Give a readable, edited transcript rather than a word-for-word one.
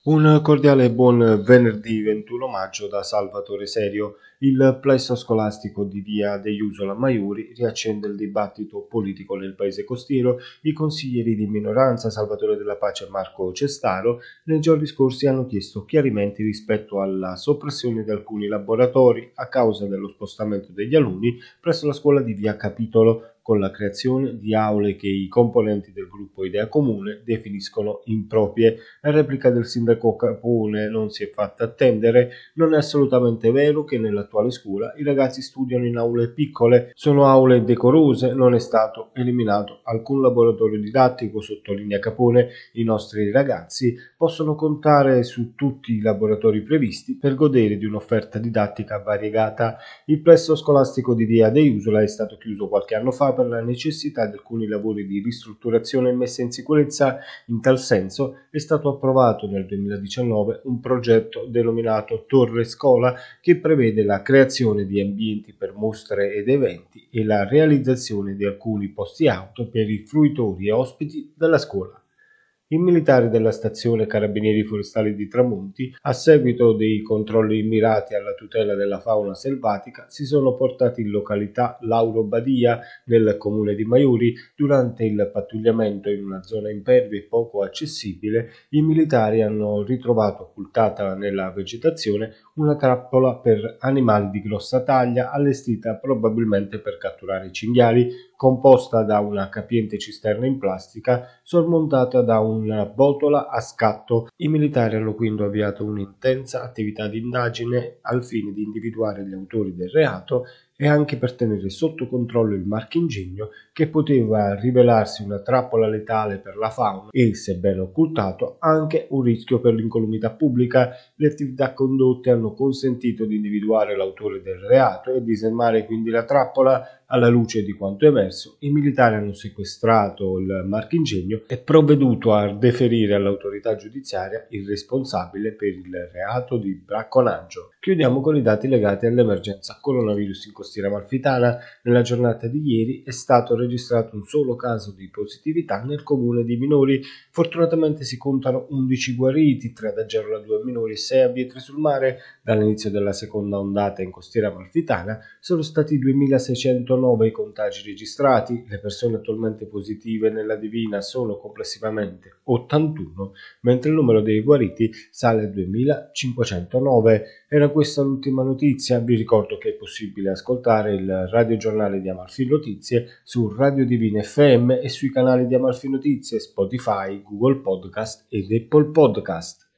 Un cordiale buon venerdì 21 maggio da Salvatore Serio. Il plesso scolastico di via De Jusola Maiuri riaccende il dibattito politico nel paese costiero. I consiglieri di minoranza Salvatore Della Pace e Marco Cestaro nei giorni scorsi hanno chiesto chiarimenti rispetto alla soppressione di alcuni laboratori a causa dello spostamento degli alunni presso la scuola di via Capitolo, con la creazione di aule che i componenti del gruppo Idea Comune definiscono improprie. La replica del sindaco Capone non si è fatta attendere. Non è assolutamente vero che nell'attuale scuola i ragazzi studiano in aule piccole, sono aule decorose, non è stato eliminato alcun laboratorio didattico, sottolinea Capone. I nostri ragazzi possono contare su tutti i laboratori previsti per godere di un'offerta didattica variegata. Il plesso scolastico di via De Jusola è stato chiuso qualche anno fa per la necessità di alcuni lavori di ristrutturazione e messa in sicurezza. In tal senso è stato approvato nel 2019 un progetto denominato Torre Scola, che prevede la creazione di ambienti per mostre ed eventi e la realizzazione di alcuni posti auto per i fruitori e ospiti della scuola. I militari della stazione Carabinieri Forestali di Tramonti, a seguito dei controlli mirati alla tutela della fauna selvatica, si sono portati in località Lauro Badia, nel comune di Maiuri. Durante il pattugliamento in una zona impervia e poco accessibile, i militari hanno ritrovato occultata nella vegetazione una trappola per animali di grossa taglia, allestita probabilmente per catturare i cinghiali, composta da una capiente cisterna in plastica sormontata da una botola a scatto. I militari hanno quindi avviato un'intensa attività di indagine al fine di individuare gli autori del reato e anche per tenere sotto controllo il marchingegno, che poteva rivelarsi una trappola letale per la fauna e, sebbene occultato, anche un rischio per l'incolumità pubblica. Le attività condotte hanno consentito di individuare l'autore del reato e disarmare quindi la trappola. Alla luce di quanto emerso, i militari hanno sequestrato il marchingegno e provveduto a deferire all'autorità giudiziaria il responsabile per il reato di bracconaggio. Chiudiamo con i dati legati all'emergenza coronavirus in Costiera Amalfitana. Nella giornata di ieri è stato registrato un solo caso di positività nel comune di Minori. Fortunatamente si contano 11 guariti, 3 ad Agerola, 2 a Minori e 6 a Vietri sul Mare. Dall'inizio della seconda ondata in Costiera Amalfitana sono stati 2609 i contagi registrati. Le persone attualmente positive nella Divina sono complessivamente 81, mentre il numero dei guariti sale a 2509. Era questa l'ultima notizia. Vi ricordo che è possibile ascoltare il radiogiornale di Amalfi Notizie su Radio Divina FM e sui canali di Amalfi Notizie, Spotify, Google Podcast ed Apple Podcast.